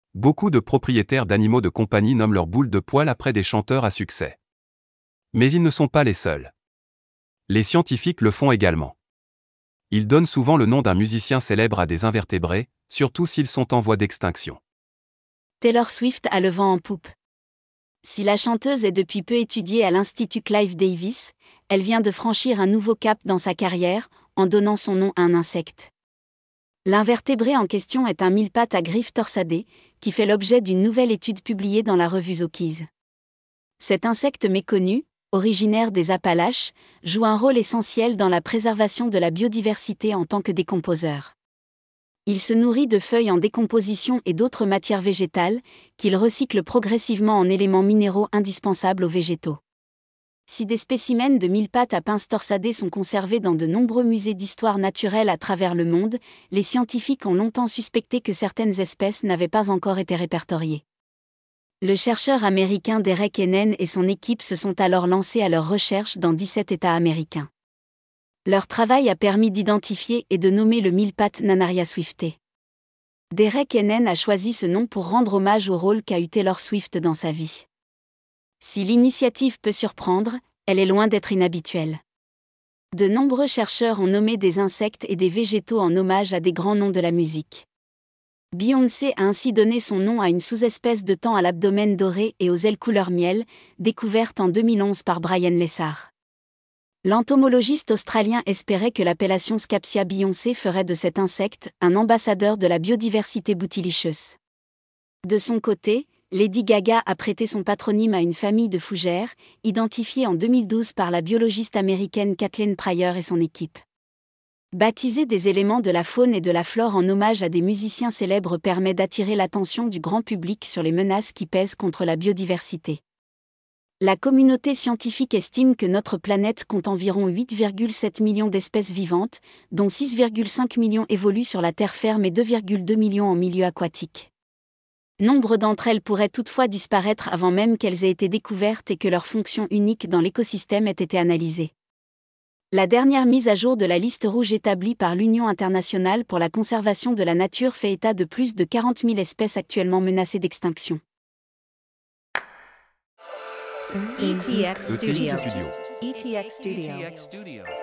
Beaucoup de propriétaires d'animaux de compagnie nomment leurs boules de poils après des chanteurs à succès. Mais ils ne sont pas les seuls. Les scientifiques le font également. Ils donnent souvent le nom d'un musicien célèbre à des invertébrés, surtout s'ils sont en voie d'extinction. Taylor Swift a le vent en poupe. Si la chanteuse est depuis peu étudiée à l'Institut Clive Davis, elle vient de franchir un nouveau cap dans sa carrière, en donnant son nom à un insecte. L'invertébré en question est un mille-pattes à griffes torsadées, qui fait l'objet d'une nouvelle étude publiée dans la revue Zookeys. Cet insecte méconnu, originaire des Appalaches, joue un rôle essentiel dans la préservation de la biodiversité en tant que décomposeur. Il se nourrit de feuilles en décomposition et d'autres matières végétales, qu'il recycle progressivement en éléments minéraux indispensables aux végétaux. Si des spécimens de mille-pattes à pinces torsadées sont conservés dans de nombreux musées d'histoire naturelle à travers le monde, les scientifiques ont longtemps suspecté que certaines espèces n'avaient pas encore été répertoriées. Le chercheur américain Derek Hennen et son équipe se sont alors lancés à leurs recherches dans 17 États américains. Leur travail a permis d'identifier et de nommer le mille-pattes Nanaria swiftae. Derek Hennen a choisi ce nom pour rendre hommage au rôle qu'a eu Taylor Swift dans sa vie. Si l'initiative peut surprendre, elle est loin d'être inhabituelle. De nombreux chercheurs ont nommé des insectes et des végétaux en hommage à des grands noms de la musique. Beyoncé a ainsi donné son nom à une sous-espèce de thon à l'abdomen doré et aux ailes couleur miel, découverte en 2011 par Brian Lessard. L'entomologiste australien espérait que l'appellation Scapsia Beyoncé ferait de cet insecte un ambassadeur de la biodiversité bootylicious. De son côté, Lady Gaga a prêté son patronyme à une famille de fougères, identifiée en 2012 par la biologiste américaine Kathleen Pryor et son équipe. Baptiser des éléments de la faune et de la flore en hommage à des musiciens célèbres permet d'attirer l'attention du grand public sur les menaces qui pèsent contre la biodiversité. La communauté scientifique estime que notre planète compte environ 8,7 millions d'espèces vivantes, dont 6,5 millions évoluent sur la terre ferme et 2,2 millions en milieu aquatique. Nombre d'entre elles pourraient toutefois disparaître avant même qu'elles aient été découvertes et que leur fonction unique dans l'écosystème ait été analysée. La dernière mise à jour de la liste rouge établie par l'Union internationale pour la conservation de la nature fait état de plus de 40 000 espèces actuellement menacées d'extinction. ETX ETX Studio. Studio. ETX Studio.